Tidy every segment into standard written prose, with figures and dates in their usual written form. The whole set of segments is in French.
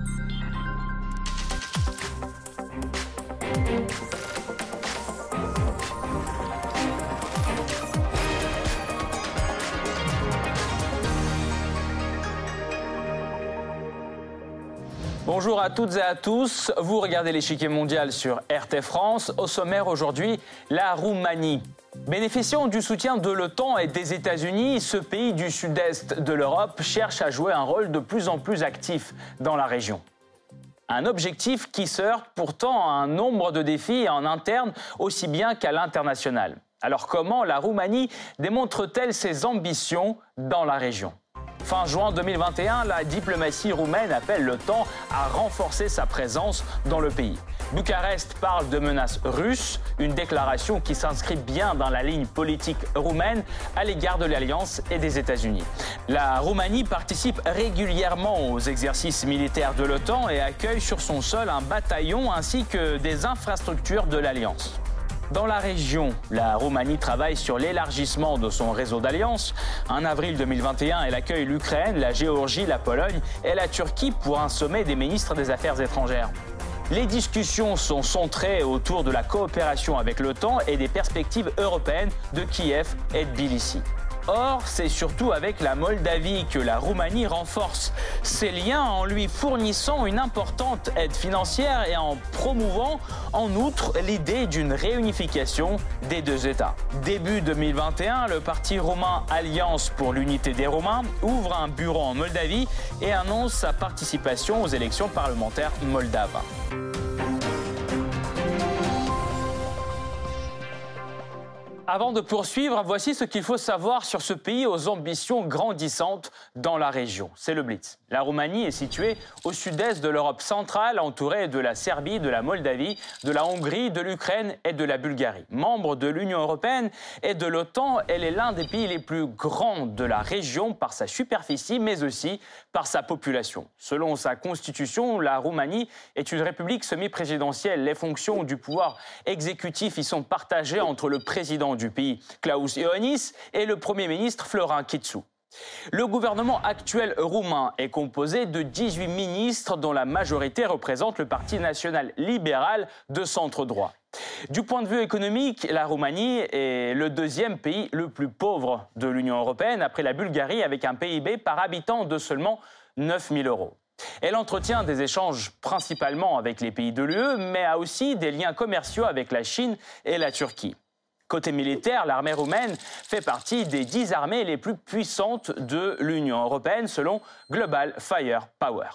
Bonjour à toutes et à tous, vous regardez l'échiquier mondial sur RT France. Au sommaire aujourd'hui, la Roumanie. Bénéficiant du soutien de l'OTAN et des États-Unis, ce pays du sud-est de l'Europe cherche à jouer un rôle de plus en plus actif dans la région. Un objectif qui se heurte pourtant à un nombre de défis en interne aussi bien qu'à l'international. Alors comment la Roumanie démontre-t-elle ses ambitions dans la région ? Fin juin 2021, la diplomatie roumaine appelle l'OTAN à renforcer sa présence dans le pays. Bucarest parle de menaces russes, une déclaration qui s'inscrit bien dans la ligne politique roumaine à l'égard de l'Alliance et des États-Unis. La Roumanie participe régulièrement aux exercices militaires de l'OTAN et accueille sur son sol un bataillon ainsi que des infrastructures de l'Alliance. Dans la région, la Roumanie travaille sur l'élargissement de son réseau d'alliances. En avril 2021, elle accueille l'Ukraine, la Géorgie, la Pologne et la Turquie pour un sommet des ministres des Affaires étrangères. Les discussions sont centrées autour de la coopération avec l'OTAN et des perspectives européennes de Kiev et de Tbilissi. Or, c'est surtout avec la Moldavie que la Roumanie renforce ses liens en lui fournissant une importante aide financière et en promouvant en outre l'idée d'une réunification des deux États. Début 2021, le parti roumain Alliance pour l'unité des Roumains ouvre un bureau en Moldavie et annonce sa participation aux élections parlementaires moldaves. Avant de poursuivre, voici ce qu'il faut savoir sur ce pays aux ambitions grandissantes dans la région. C'est le Blitz. La Roumanie est située au sud-est de l'Europe centrale, entourée de la Serbie, de la Moldavie, de la Hongrie, de l'Ukraine et de la Bulgarie. Membre de l'Union européenne et de l'OTAN, elle est l'un des pays les plus grands de la région par sa superficie, mais aussi par sa population. Selon sa constitution, la Roumanie est une république semi-présidentielle. Les fonctions du pouvoir exécutif y sont partagées entre le président du pays, Klaus Iohannis, et le Premier ministre Florin Kîtsu. Le gouvernement actuel roumain est composé de 18 ministres dont la majorité représente le Parti national libéral de centre-droit. Du point de vue économique, la Roumanie est le deuxième pays le plus pauvre de l'Union européenne après la Bulgarie avec un PIB par habitant de seulement 9 000 €. Elle entretient des échanges principalement avec les pays de l'UE, mais a aussi des liens commerciaux avec la Chine et la Turquie. Côté militaire, l'armée roumaine fait partie des 10 armées les plus puissantes de l'Union européenne selon Global Firepower.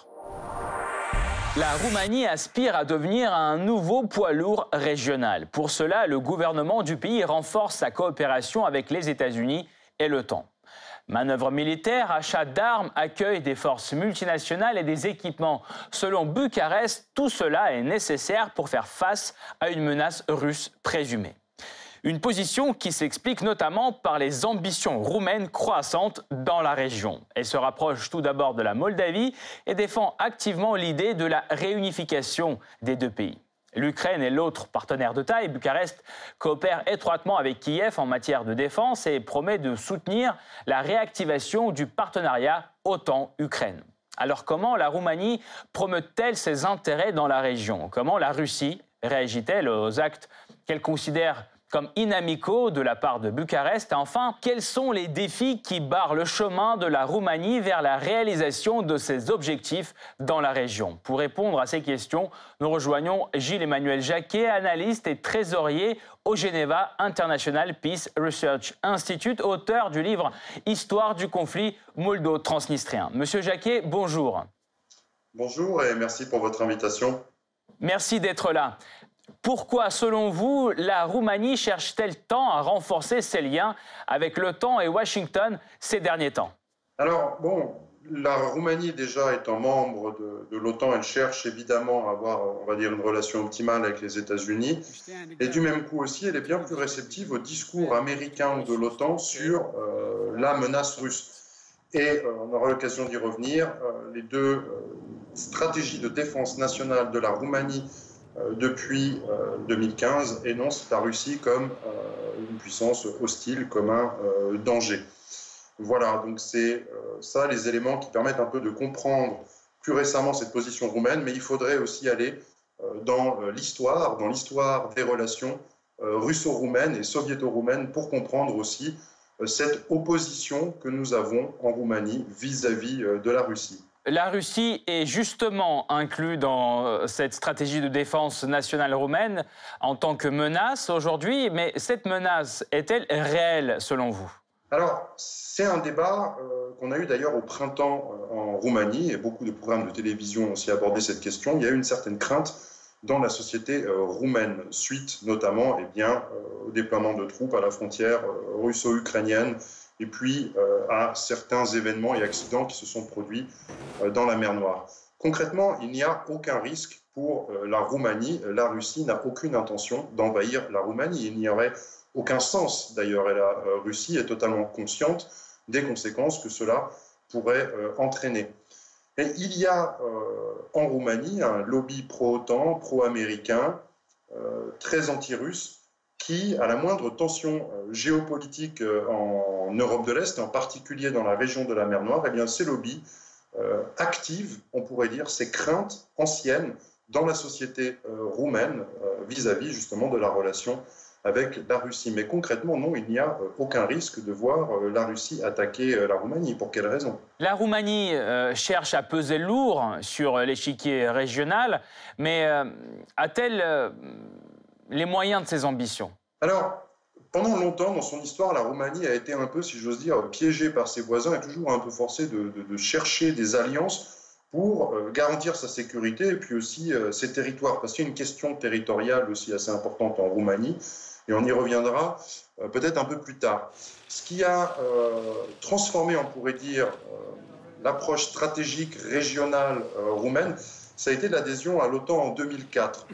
La Roumanie aspire à devenir un nouveau poids lourd régional. Pour cela, le gouvernement du pays renforce sa coopération avec les États-Unis et l'OTAN. Manœuvres militaires, achats d'armes, accueil des forces multinationales et des équipements. Selon Bucarest, tout cela est nécessaire pour faire face à une menace russe présumée. Une position qui s'explique notamment par les ambitions roumaines croissantes dans la région. Elle se rapproche tout d'abord de la Moldavie et défend activement l'idée de la réunification des deux pays. L'Ukraine est l'autre partenaire de taille. Bucarest coopère étroitement avec Kiev en matière de défense et promet de soutenir la réactivation du partenariat OTAN-Ukraine. Alors comment la Roumanie promeut-elle ses intérêts dans la région? Comment la Russie réagit-elle aux actes qu'elle considère comme inamicaux de la part de Bucarest? Et enfin, quels sont les défis qui barrent le chemin de la Roumanie vers la réalisation de ses objectifs dans la région? Pour répondre à ces questions, nous rejoignons Gilles-Emmanuel Jacquet, analyste et trésorier au Geneva International Peace Research Institute, auteur du livre « Histoire du conflit moldo-transnistrien ». Monsieur Jacquet, bonjour. Bonjour et merci pour votre invitation. Merci d'être là. Pourquoi, selon vous, la Roumanie cherche-t-elle tant à renforcer ses liens avec l'OTAN et Washington ces derniers temps? Alors, la Roumanie, déjà étant membre de l'OTAN, elle cherche évidemment à avoir, on va dire, une relation optimale avec les États-Unis. Et du même coup aussi, elle est bien plus réceptive au discours américain ou de l'OTAN sur la menace russe. Et on aura l'occasion d'y revenir. Les deux stratégies de défense nationale de la Roumanie depuis 2015 énonce la Russie comme une puissance hostile, comme un danger. Voilà, donc c'est ça les éléments qui permettent un peu de comprendre plus récemment cette position roumaine, mais il faudrait aussi aller dans l'histoire des relations russo-roumaines et soviéto-roumaines pour comprendre aussi cette opposition que nous avons en Roumanie vis-à-vis de la Russie. La Russie est justement inclue dans cette stratégie de défense nationale roumaine en tant que menace aujourd'hui, mais cette menace est-elle réelle selon vous? Alors, c'est un débat qu'on a eu d'ailleurs au printemps en Roumanie, et beaucoup de programmes de télévision ont aussi abordé cette question. Il y a eu une certaine crainte dans la société roumaine, suite notamment au déploiement de troupes à la frontière russo-ukrainienne, et puis à certains événements et accidents qui se sont produits dans la mer Noire. Concrètement, il n'y a aucun risque pour la Roumanie. La Russie n'a aucune intention d'envahir la Roumanie. Il n'y aurait aucun sens d'ailleurs, et la Russie est totalement consciente des conséquences que cela pourrait entraîner. Et il y a en Roumanie un lobby pro-OTAN, pro-américain, très anti-russe, qui, à la moindre tension géopolitique en Europe de l'Est, et en particulier dans la région de la mer Noire, eh bien, ces lobbies activent, on pourrait dire, ces craintes anciennes dans la société roumaine vis-à-vis justement de la relation avec la Russie. Mais concrètement, non, il n'y a aucun risque de voir la Russie attaquer la Roumanie. Pour quelle raison? La Roumanie cherche à peser lourd sur l'échiquier régional, mais a-t-elle les moyens de ses ambitions? Alors, pendant longtemps, dans son histoire, la Roumanie a été un peu, si j'ose dire, piégée par ses voisins et toujours un peu forcée de chercher des alliances pour garantir sa sécurité et puis aussi ses territoires. Parce qu'il y a une question territoriale aussi assez importante en Roumanie, et on y reviendra peut-être un peu plus tard. Ce qui a transformé, on pourrait dire, l'approche stratégique régionale roumaine, ça a été l'adhésion à l'OTAN en 2004.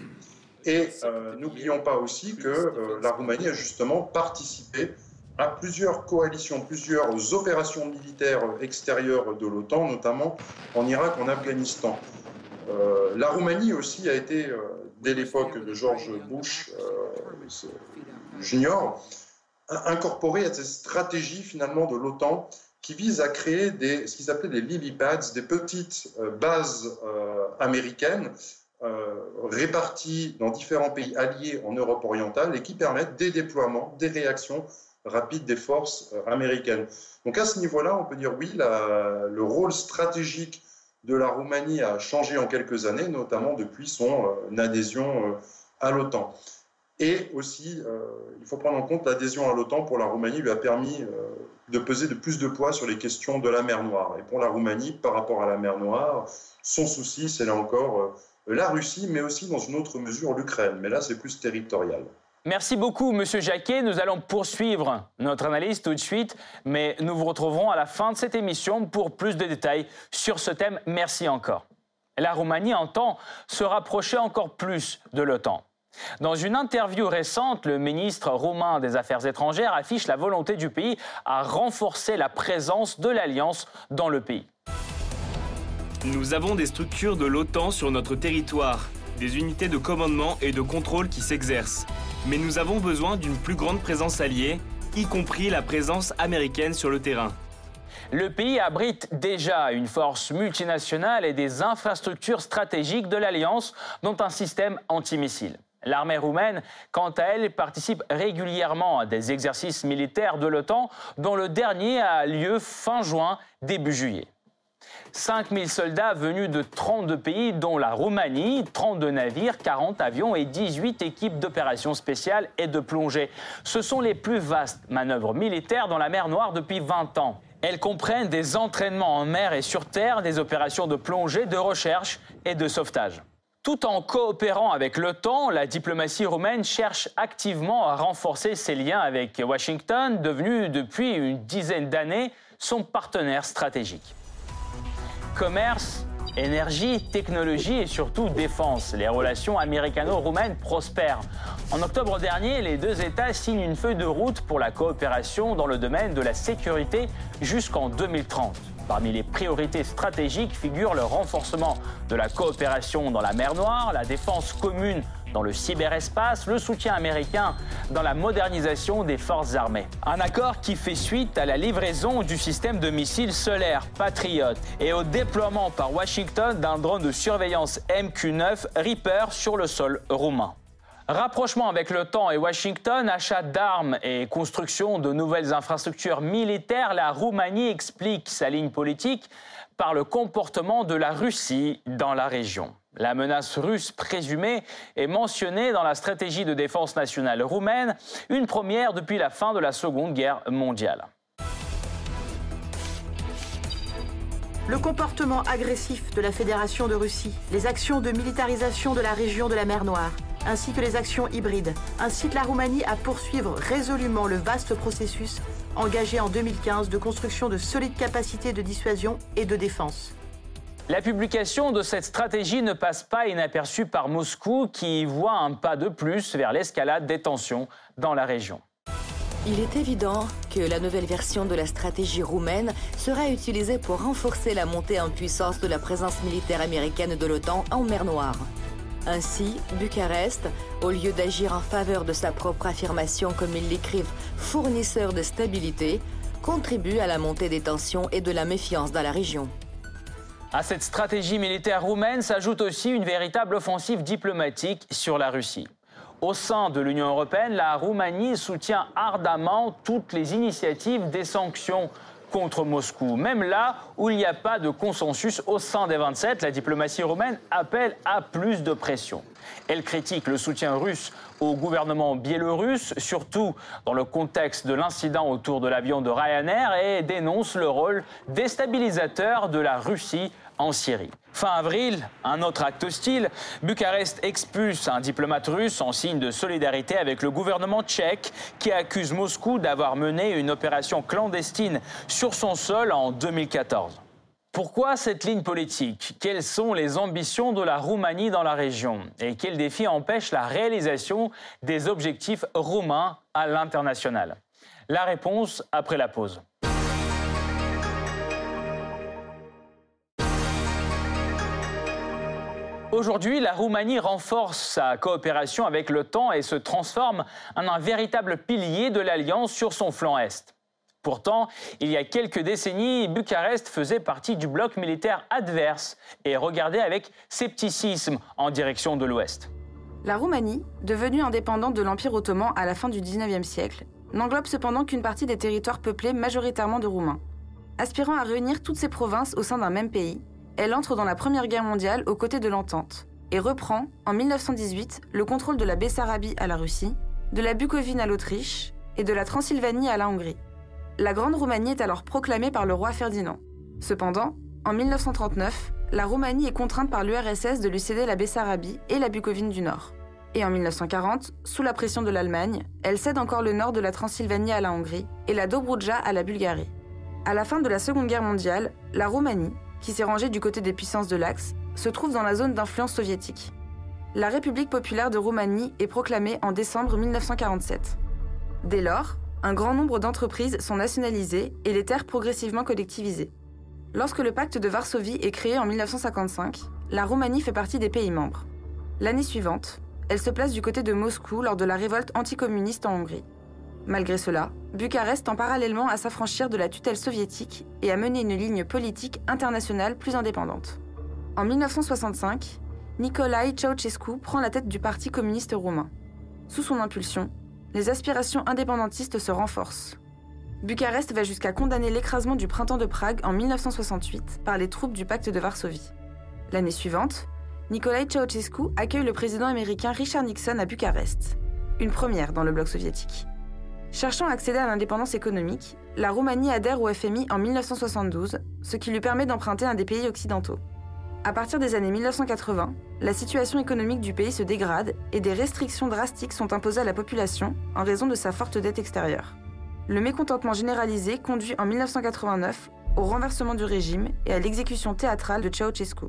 Et n'oublions pas aussi que la Roumanie a justement participé à plusieurs coalitions, plusieurs opérations militaires extérieures de l'OTAN, notamment en Irak, en Afghanistan. La Roumanie aussi a été, dès l'époque de George Bush Junior, incorporée à cette stratégie finalement de l'OTAN qui vise à créer ce qu'ils appelaient des lily pads, des petites bases américaines répartis dans différents pays alliés en Europe orientale et qui permettent des déploiements, des réactions rapides des forces américaines. Donc à ce niveau-là, on peut dire oui, le rôle stratégique de la Roumanie a changé en quelques années, notamment depuis son adhésion à l'OTAN. Et aussi, il faut prendre en compte l'adhésion à l'OTAN pour la Roumanie lui a permis de peser de plus de poids sur les questions de la mer Noire. Et pour la Roumanie, par rapport à la mer Noire, son souci, c'est là encore la Russie, mais aussi dans une autre mesure l'Ukraine. Mais là, c'est plus territorial. Merci beaucoup, Monsieur Jacquet. Nous allons poursuivre notre analyse tout de suite, mais nous vous retrouverons à la fin de cette émission pour plus de détails sur ce thème. Merci encore. La Roumanie entend se rapprocher encore plus de l'OTAN. Dans une interview récente, le ministre roumain des Affaires étrangères affiche la volonté du pays à renforcer la présence de l'Alliance dans le pays. Nous avons des structures de l'OTAN sur notre territoire, des unités de commandement et de contrôle qui s'exercent. Mais nous avons besoin d'une plus grande présence alliée, y compris la présence américaine sur le terrain. Le pays abrite déjà une force multinationale et des infrastructures stratégiques de l'Alliance, dont un système antimissile. L'armée roumaine, quant à elle, participe régulièrement à des exercices militaires de l'OTAN, dont le dernier a lieu fin juin, début juillet. 5000 soldats venus de 32 pays, dont la Roumanie, 32 navires, 40 avions et 18 équipes d'opérations spéciales et de plongée. Ce sont les plus vastes manœuvres militaires dans la mer Noire depuis 20 ans. Elles comprennent des entraînements en mer et sur terre, des opérations de plongée, de recherche et de sauvetage. Tout en coopérant avec l'OTAN, la diplomatie roumaine cherche activement à renforcer ses liens avec Washington, devenu depuis une dizaine d'années son partenaire stratégique. Commerce, énergie, technologie et surtout défense. Les relations américano-roumaines prospèrent. En octobre dernier, les deux États signent une feuille de route pour la coopération dans le domaine de la sécurité jusqu'en 2030. Parmi les priorités stratégiques figurent le renforcement de la coopération dans la mer Noire, la défense commune dans le cyberespace, le soutien américain dans la modernisation des forces armées. Un accord qui fait suite à la livraison du système de missiles solaires Patriot et au déploiement par Washington d'un drone de surveillance MQ-9 Reaper sur le sol roumain. Rapprochement avec l'OTAN et Washington, achat d'armes et construction de nouvelles infrastructures militaires, la Roumanie explique sa ligne politique par le comportement de la Russie dans la région. La menace russe présumée est mentionnée dans la stratégie de défense nationale roumaine, une première depuis la fin de la Seconde Guerre mondiale. Le comportement agressif de la Fédération de Russie, les actions de militarisation de la région de la mer Noire, ainsi que les actions hybrides, incitent la Roumanie à poursuivre résolument le vaste processus engagé en 2015 de construction de solides capacités de dissuasion et de défense. La publication de cette stratégie ne passe pas inaperçue par Moscou, qui voit un pas de plus vers l'escalade des tensions dans la région. Il est évident que la nouvelle version de la stratégie roumaine sera utilisée pour renforcer la montée en puissance de la présence militaire américaine de l'OTAN en mer Noire. Ainsi, Bucarest, au lieu d'agir en faveur de sa propre affirmation comme ils l'écrivent, fournisseur de stabilité, contribue à la montée des tensions et de la méfiance dans la région. À cette stratégie militaire roumaine s'ajoute aussi une véritable offensive diplomatique sur la Russie. Au sein de l'Union européenne, la Roumanie soutient ardemment toutes les initiatives des sanctions contre Moscou. Même là où il n'y a pas de consensus au sein des 27, la diplomatie roumaine appelle à plus de pression. Elle critique le soutien russe au gouvernement biélorusse, surtout dans le contexte de l'incident autour de l'avion de Ryanair, et dénonce le rôle déstabilisateur de la Russie en Syrie. Fin avril, un autre acte hostile, Bucarest expulse un diplomate russe en signe de solidarité avec le gouvernement tchèque qui accuse Moscou d'avoir mené une opération clandestine sur son sol en 2014. Pourquoi cette ligne politique? Quelles sont les ambitions de la Roumanie dans la région? Et quels défis empêchent la réalisation des objectifs roumains à l'international? La réponse après la pause. Aujourd'hui, la Roumanie renforce sa coopération avec l'OTAN et se transforme en un véritable pilier de l'Alliance sur son flanc Est. Pourtant, il y a quelques décennies, Bucarest faisait partie du bloc militaire adverse et regardait avec scepticisme en direction de l'Ouest. La Roumanie, devenue indépendante de l'Empire ottoman à la fin du XIXe siècle, n'englobe cependant qu'une partie des territoires peuplés majoritairement de Roumains. Aspirant à réunir toutes ces provinces au sein d'un même pays, elle entre dans la Première Guerre mondiale aux côtés de l'Entente et reprend, en 1918, le contrôle de la Bessarabie à la Russie, de la Bucovine à l'Autriche et de la Transylvanie à la Hongrie. La Grande Roumanie est alors proclamée par le roi Ferdinand. Cependant, en 1939, la Roumanie est contrainte par l'URSS de lui céder la Bessarabie et la Bucovine du Nord. Et en 1940, sous la pression de l'Allemagne, elle cède encore le nord de la Transylvanie à la Hongrie et la Dobroudja à la Bulgarie. À la fin de la Seconde Guerre mondiale, la Roumanie, qui s'est rangée du côté des puissances de l'Axe, se trouve dans la zone d'influence soviétique. La République populaire de Roumanie est proclamée en décembre 1947. Dès lors, un grand nombre d'entreprises sont nationalisées et les terres progressivement collectivisées. Lorsque le pacte de Varsovie est créé en 1955, la Roumanie fait partie des pays membres. L'année suivante, elle se place du côté de Moscou lors de la révolte anticommuniste en Hongrie. Malgré cela, Bucarest tend parallèlement à s'affranchir de la tutelle soviétique et à mener une ligne politique internationale plus indépendante. En 1965, Nicolae Ceausescu prend la tête du Parti communiste roumain. Sous son impulsion, les aspirations indépendantistes se renforcent. Bucarest va jusqu'à condamner l'écrasement du printemps de Prague en 1968 par les troupes du pacte de Varsovie. L'année suivante, Nicolae Ceausescu accueille le président américain Richard Nixon à Bucarest, une première dans le bloc soviétique. Cherchant à accéder à l'indépendance économique, la Roumanie adhère au FMI en 1972, ce qui lui permet d'emprunter un des pays occidentaux. À partir des années 1980, la situation économique du pays se dégrade et des restrictions drastiques sont imposées à la population en raison de sa forte dette extérieure. Le mécontentement généralisé conduit en 1989 au renversement du régime et à l'exécution théâtrale de Ceausescu.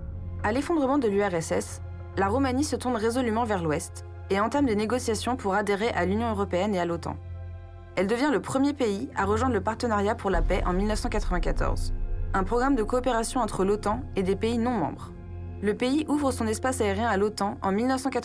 À l'effondrement de l'URSS, la Roumanie se tourne résolument vers l'Ouest et entame des négociations pour adhérer à l'Union européenne et à l'OTAN. Elle devient le premier pays à rejoindre le Partenariat pour la paix en 1994, un programme de coopération entre l'OTAN et des pays non membres. Le pays ouvre son espace aérien à l'OTAN en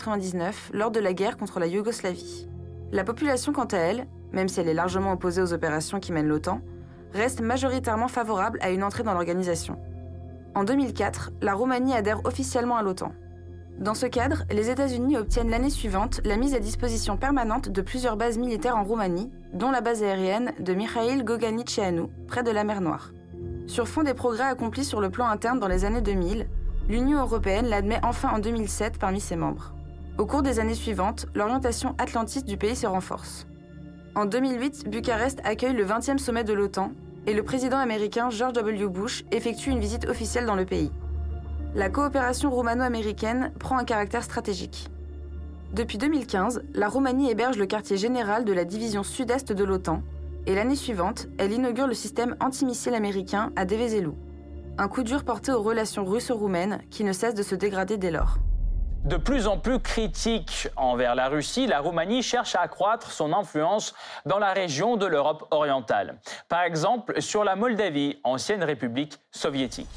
1999 lors de la guerre contre la Yougoslavie. La population, quant à elle, même si elle est largement opposée aux opérations qui mène l'OTAN, reste majoritairement favorable à une entrée dans l'organisation. En 2004, la Roumanie adhère officiellement à l'OTAN. Dans ce cadre, les États-Unis obtiennent l'année suivante la mise à disposition permanente de plusieurs bases militaires en Roumanie, dont la base aérienne de Mihail Goganiceanu, près de la mer Noire. Sur fond des progrès accomplis sur le plan interne dans les années 2000, l'Union européenne l'admet enfin en 2007 parmi ses membres. Au cours des années suivantes, l'orientation atlantiste du pays se renforce. En 2008, Bucarest accueille le 20e sommet de l'OTAN et le président américain George W. Bush effectue une visite officielle dans le pays. La coopération roumano-américaine prend un caractère stratégique. Depuis 2015, la Roumanie héberge le quartier général de la division sud-est de l'OTAN et l'année suivante, elle inaugure le système antimissile américain à Devezelu. Un coup dur porté aux relations russo-roumaines qui ne cessent de se dégrader dès lors. De plus en plus critique envers la Russie, la Roumanie cherche à accroître son influence dans la région de l'Europe orientale. Par exemple, sur la Moldavie, ancienne république soviétique.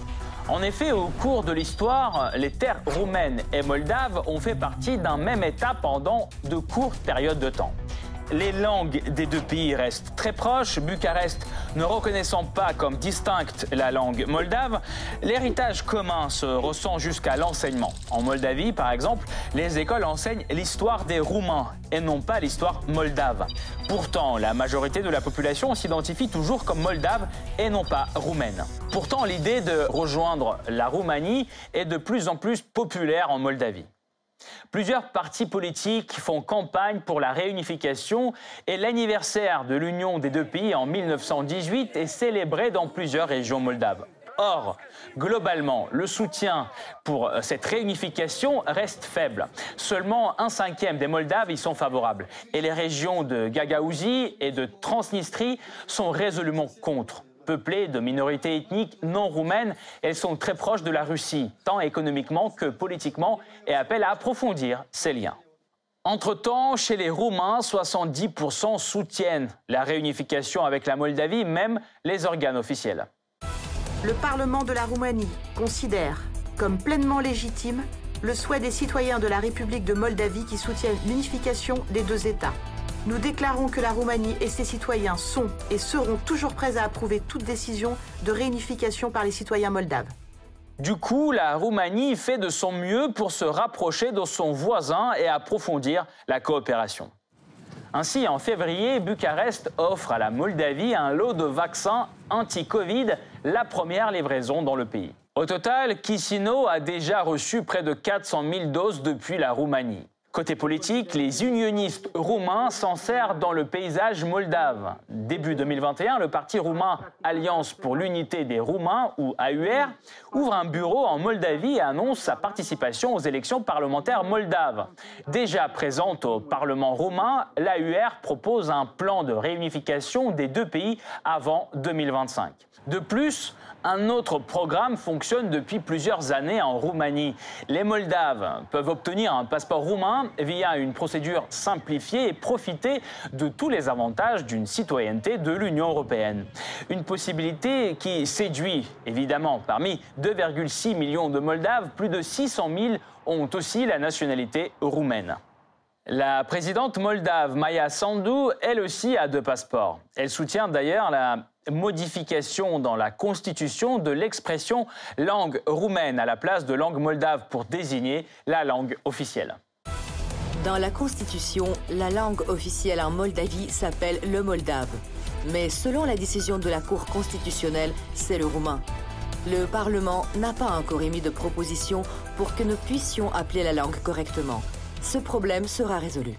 En effet, au cours de l'histoire, les terres roumaines et moldaves ont fait partie d'un même État pendant de courtes périodes de temps. Les langues des deux pays restent très proches, Bucarest ne reconnaissant pas comme distincte la langue moldave, l'héritage commun se ressent jusqu'à l'enseignement. En Moldavie, par exemple, les écoles enseignent l'histoire des Roumains et non pas l'histoire moldave. Pourtant, la majorité de la population s'identifie toujours comme moldave et non pas roumaine. Pourtant, l'idée de rejoindre la Roumanie est de plus en plus populaire en Moldavie. Plusieurs partis politiques font campagne pour la réunification et l'anniversaire de l'union des deux pays en 1918 est célébré dans plusieurs régions moldaves. Or, globalement, le soutien pour cette réunification reste faible. Seulement 1/5 des Moldaves y sont favorables. Et les régions de Gagaouzie et de Transnistrie sont résolument contre. Peuplées de minorités ethniques non roumaines, elles sont très proches de la Russie, tant économiquement que politiquement, et appellent à approfondir ces liens. Entre-temps, chez les Roumains, 70% soutiennent la réunification avec la Moldavie, même les organes officiels. Le Parlement de la Roumanie considère comme pleinement légitime le souhait des citoyens de la République de Moldavie qui soutiennent l'unification des deux États. Nous déclarons que la Roumanie et ses citoyens sont et seront toujours prêts à approuver toute décision de réunification par les citoyens moldaves. Du coup, la Roumanie fait de son mieux pour se rapprocher de son voisin et approfondir la coopération. Ainsi, en février, Bucarest offre à la Moldavie un lot de vaccins anti-Covid, la première livraison dans le pays. Au total, Chisinau a déjà reçu près de 400 000 doses depuis la Roumanie. Côté politique, les unionistes roumains s'en servent dans le paysage moldave. Début 2021, le parti roumain Alliance pour l'unité des Roumains, ou AUR, ouvre un bureau en Moldavie et annonce sa participation aux élections parlementaires moldaves. Déjà présente au Parlement roumain, l'AUR propose un plan de réunification des deux pays avant 2025. De plus, un autre programme fonctionne depuis plusieurs années en Roumanie. Les Moldaves peuvent obtenir un passeport roumain via une procédure simplifiée et profiter de tous les avantages d'une citoyenneté de l'Union européenne. Une possibilité qui séduit, évidemment. Parmi 2,6 millions de Moldaves, plus de 600 000 ont aussi la nationalité roumaine. La présidente moldave Maia Sandu, elle aussi, a 2 passeports. Elle soutient d'ailleurs la modification dans la Constitution de l'expression langue roumaine à la place de langue moldave pour désigner la langue officielle. Dans la Constitution, la langue officielle en Moldavie s'appelle le moldave. Mais selon la décision de la Cour constitutionnelle, c'est le roumain. Le Parlement n'a pas encore émis de proposition pour que nous puissions appeler la langue correctement. Ce problème sera résolu.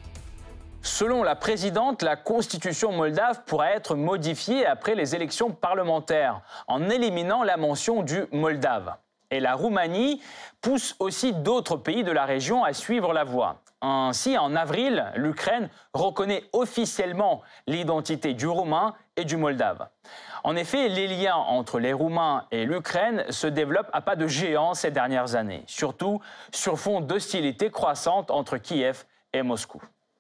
Selon la présidente, la constitution moldave pourra être modifiée après les élections parlementaires en éliminant la mention du moldave. Et la Roumanie pousse aussi d'autres pays de la région à suivre la voie. Ainsi, en avril, l'Ukraine reconnaît officiellement l'identité du roumain et du moldave. En effet, les liens entre les Roumains et l'Ukraine se développent à pas de géant ces dernières années, surtout sur fond d'hostilité croissante entre Kiev et Moscou.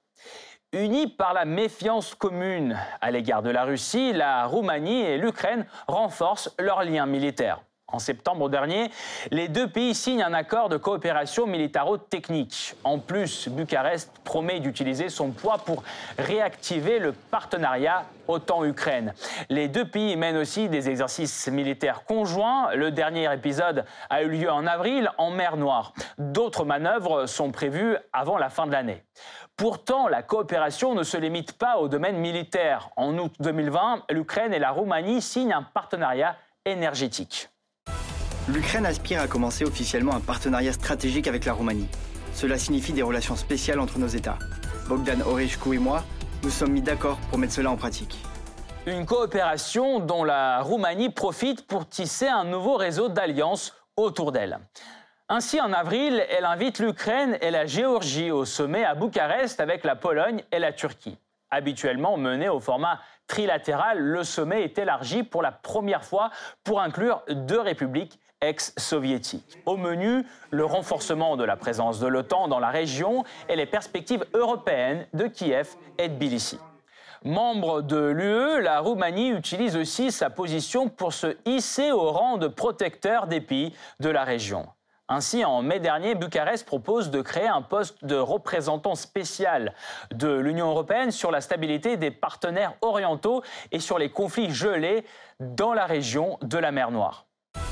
Unis par la méfiance commune à l'égard de la Russie, la Roumanie et l'Ukraine renforcent leurs liens militaires. En septembre dernier, les deux pays signent un accord de coopération militaro-technique. En plus, Bucarest promet d'utiliser son poids pour réactiver le partenariat OTAN-Ukraine. Les deux pays mènent aussi des exercices militaires conjoints. Le dernier épisode a eu lieu en avril en mer Noire. D'autres manœuvres sont prévues avant la fin de l'année. Pourtant, la coopération ne se limite pas au domaine militaire. En août 2020, l'Ukraine et la Roumanie signent un partenariat énergétique. L'Ukraine aspire à commencer officiellement un partenariat stratégique avec la Roumanie. Cela signifie des relations spéciales entre nos États. Bogdan Oreshku et moi, nous sommes mis d'accord pour mettre cela en pratique. Une coopération dont la Roumanie profite pour tisser un nouveau réseau d'alliances autour d'elle. Ainsi, en avril, elle invite l'Ukraine et la Géorgie au sommet à Bucarest avec la Pologne et la Turquie. Habituellement mené au format trilatéral, le sommet est élargi pour la première fois pour inclure deux républiques ex-soviétiques. Au menu, le renforcement de la présence de l'OTAN dans la région et les perspectives européennes de Kiev et Tbilissi. Membre de l'UE, la Roumanie utilise aussi sa position pour se hisser au rang de protecteur des pays de la région. Ainsi, en mai dernier, Bucarest propose de créer un poste de représentant spécial de l'Union européenne sur la stabilité des partenaires orientaux et sur les conflits gelés dans la région de la mer Noire.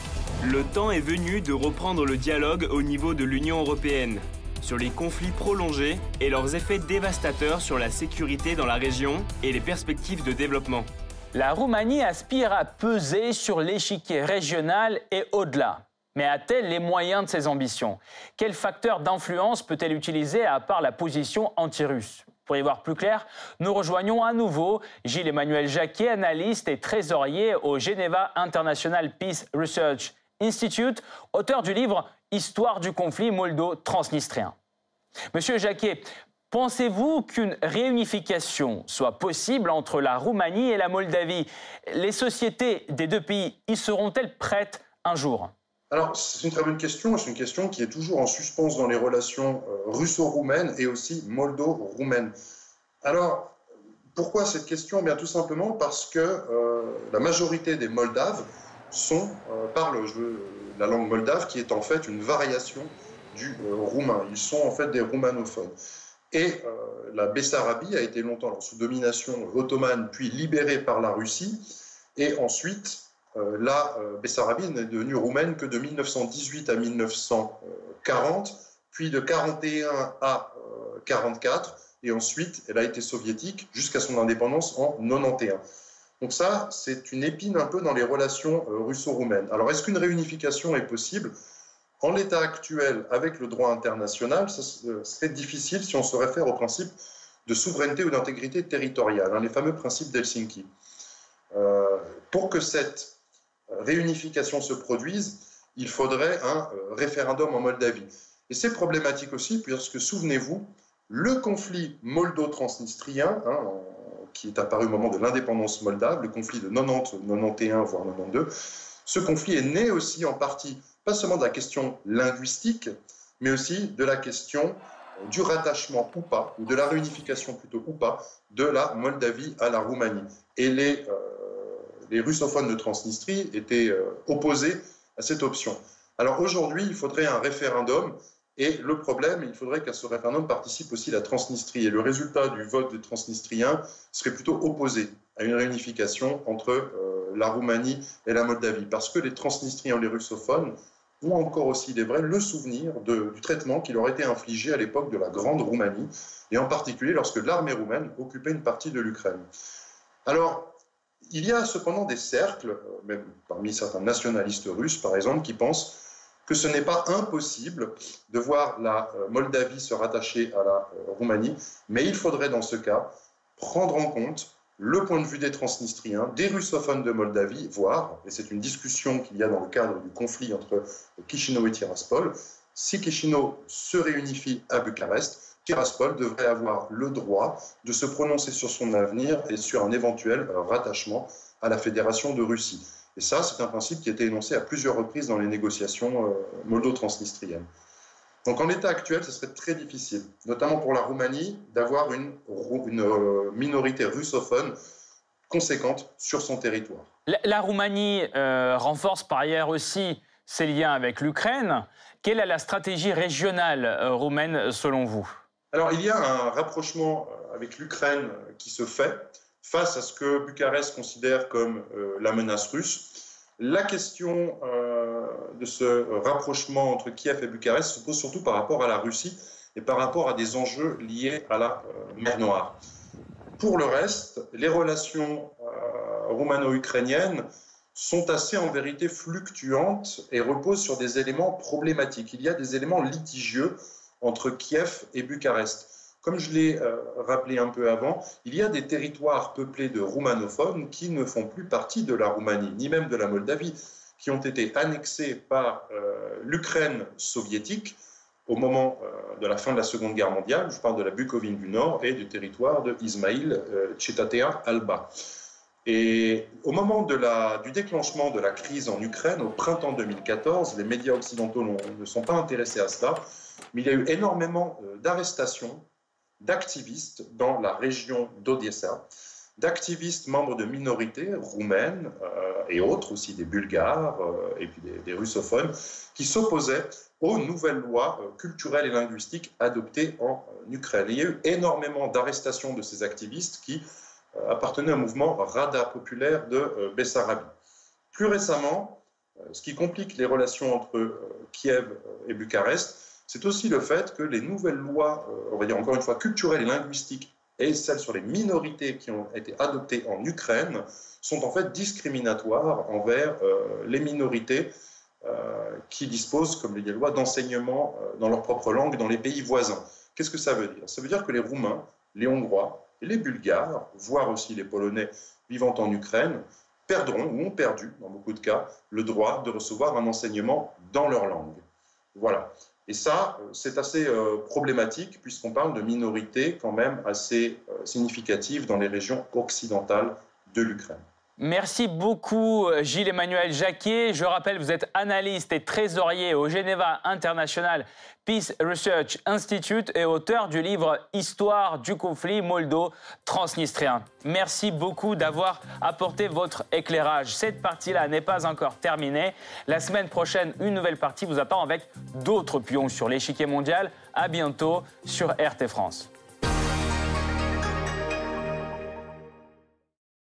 Le temps est venu de reprendre le dialogue au niveau de l'Union européenne sur les conflits prolongés et leurs effets dévastateurs sur la sécurité dans la région et les perspectives de développement. La Roumanie aspire à peser sur l'échiquier régional et au-delà. Mais a-t-elle les moyens de ses ambitions? Quels facteurs d'influence peut-elle utiliser à part la position anti-russe? Pour y voir plus clair, nous rejoignons à nouveau Gilles-Emmanuel Jacquet, analyste et trésorier au Geneva International Peace Research Institute, auteur du livre « Histoire du conflit moldo-transnistrien ». Monsieur Jacquet, pensez-vous qu'une réunification soit possible entre la Roumanie et la Moldavie? Les sociétés des deux pays y seront-elles prêtes un jour? Alors, c'est une très bonne question, c'est une question qui est toujours en suspens dans les relations russo-roumaines et aussi moldo-roumaines. Alors, pourquoi cette question? Bien, tout simplement parce que la majorité des Moldaves parlent la langue moldave, qui est en fait une variation du roumain. Ils sont en fait des roumanophones. Et la Bessarabie a été longtemps sous domination ottomane, puis libérée par la Russie, et ensuite la Bessarabie n'est devenue roumaine que de 1918 à 1940, puis de 1941 à 1944, et ensuite elle a été soviétique jusqu'à son indépendance en 1991. Donc ça, c'est une épine un peu dans les relations russo-roumaines. Alors est-ce qu'une réunification est possible? En l'état actuel, avec le droit international, ce serait difficile si on se réfère au principe de souveraineté ou d'intégrité territoriale, les fameux principes d'Helsinki. Pour que cette réunification se produise, il faudrait un référendum en Moldavie. Et c'est problématique aussi, puisque, souvenez-vous, le conflit moldo-transnistrien, qui est apparu au moment de l'indépendance moldave, le conflit de 90, 91, voire 92, ce conflit est né aussi en partie, pas seulement de la question linguistique, mais aussi de la question du rattachement ou pas, ou de la réunification plutôt ou pas, de la Moldavie à la Roumanie. Et les russophones de Transnistrie étaient opposés à cette option. Alors aujourd'hui, il faudrait un référendum, et le problème, il faudrait qu'à ce référendum participe aussi la Transnistrie. Et le résultat du vote des Transnistriens serait plutôt opposé à une réunification entre la Roumanie et la Moldavie, parce que les Transnistriens, les russophones, ont encore aussi, il est vrai, le souvenir du traitement qui leur était infligé à l'époque de la Grande Roumanie, et en particulier lorsque l'armée roumaine occupait une partie de l'Ukraine. Alors, il y a cependant des cercles, même parmi certains nationalistes russes par exemple, qui pensent que ce n'est pas impossible de voir la Moldavie se rattacher à la Roumanie, mais il faudrait dans ce cas prendre en compte le point de vue des Transnistriens, des russophones de Moldavie, voire, et c'est une discussion qu'il y a dans le cadre du conflit entre Chisinau et Tiraspol, si Chisinau se réunifie à Bucarest, Tiraspol devrait avoir le droit de se prononcer sur son avenir et sur un éventuel rattachement à la Fédération de Russie. Et ça, c'est un principe qui a été énoncé à plusieurs reprises dans les négociations moldo-transnistriennes. Donc en l'état actuel, ce serait très difficile, notamment pour la Roumanie, d'avoir une minorité russophone conséquente sur son territoire. La Roumanie renforce par ailleurs aussi ses liens avec l'Ukraine. Quelle est la stratégie régionale roumaine selon vous? Alors, il y a un rapprochement avec l'Ukraine qui se fait face à ce que Bucarest considère comme la menace russe. La question de ce rapprochement entre Kiev et Bucarest se pose surtout par rapport à la Russie et par rapport à des enjeux liés à la mer Noire. Pour le reste, les relations roumano-ukrainiennes sont assez en vérité fluctuantes et reposent sur des éléments problématiques. Il y a des éléments litigieux entre Kiev et Bucarest. Comme je l'ai rappelé un peu avant, il y a des territoires peuplés de roumanophones qui ne font plus partie de la Roumanie, ni même de la Moldavie, qui ont été annexés par l'Ukraine soviétique au moment de la fin de la Seconde Guerre mondiale. Je parle de la Bucovine du Nord et du territoire de Ismail Cetatea Alba. Et au moment du déclenchement de la crise en Ukraine, au printemps 2014, les médias occidentaux ne sont pas intéressés à cela, mais il y a eu énormément d'arrestations d'activistes dans la région d'Odessa, d'activistes membres de minorités roumaines et autres, aussi des Bulgares et puis des russophones, qui s'opposaient aux nouvelles lois culturelles et linguistiques adoptées en Ukraine. Et il y a eu énormément d'arrestations de ces activistes qui appartenaient au mouvement Rada populaire de Bessarabie. Plus récemment, ce qui complique les relations entre Kiev et Bucarest, c'est aussi le fait que les nouvelles lois, on va dire encore une fois, culturelles et linguistiques, et celles sur les minorités qui ont été adoptées en Ukraine, sont en fait discriminatoires envers les minorités qui disposent, comme les lois, d'enseignement dans leur propre langue dans les pays voisins. Qu'est-ce que ça veut dire? Ça veut dire que les Roumains, les Hongrois, et les Bulgares, voire aussi les Polonais vivant en Ukraine, perdront, ou ont perdu, dans beaucoup de cas, le droit de recevoir un enseignement dans leur langue. Voilà. Et ça, c'est assez problématique, puisqu'on parle de minorités quand même assez significatives dans les régions occidentales de l'Ukraine. Merci beaucoup Gilles-Emmanuel Jacquier. Je rappelle, vous êtes analyste et trésorier au Geneva International Peace Research Institute et auteur du livre « Histoire du conflit moldo-transnistrien ». Merci beaucoup d'avoir apporté votre éclairage. Cette partie-là n'est pas encore terminée. La semaine prochaine, une nouvelle partie vous attend avec d'autres pions sur l'échiquier mondial. À bientôt sur RT France.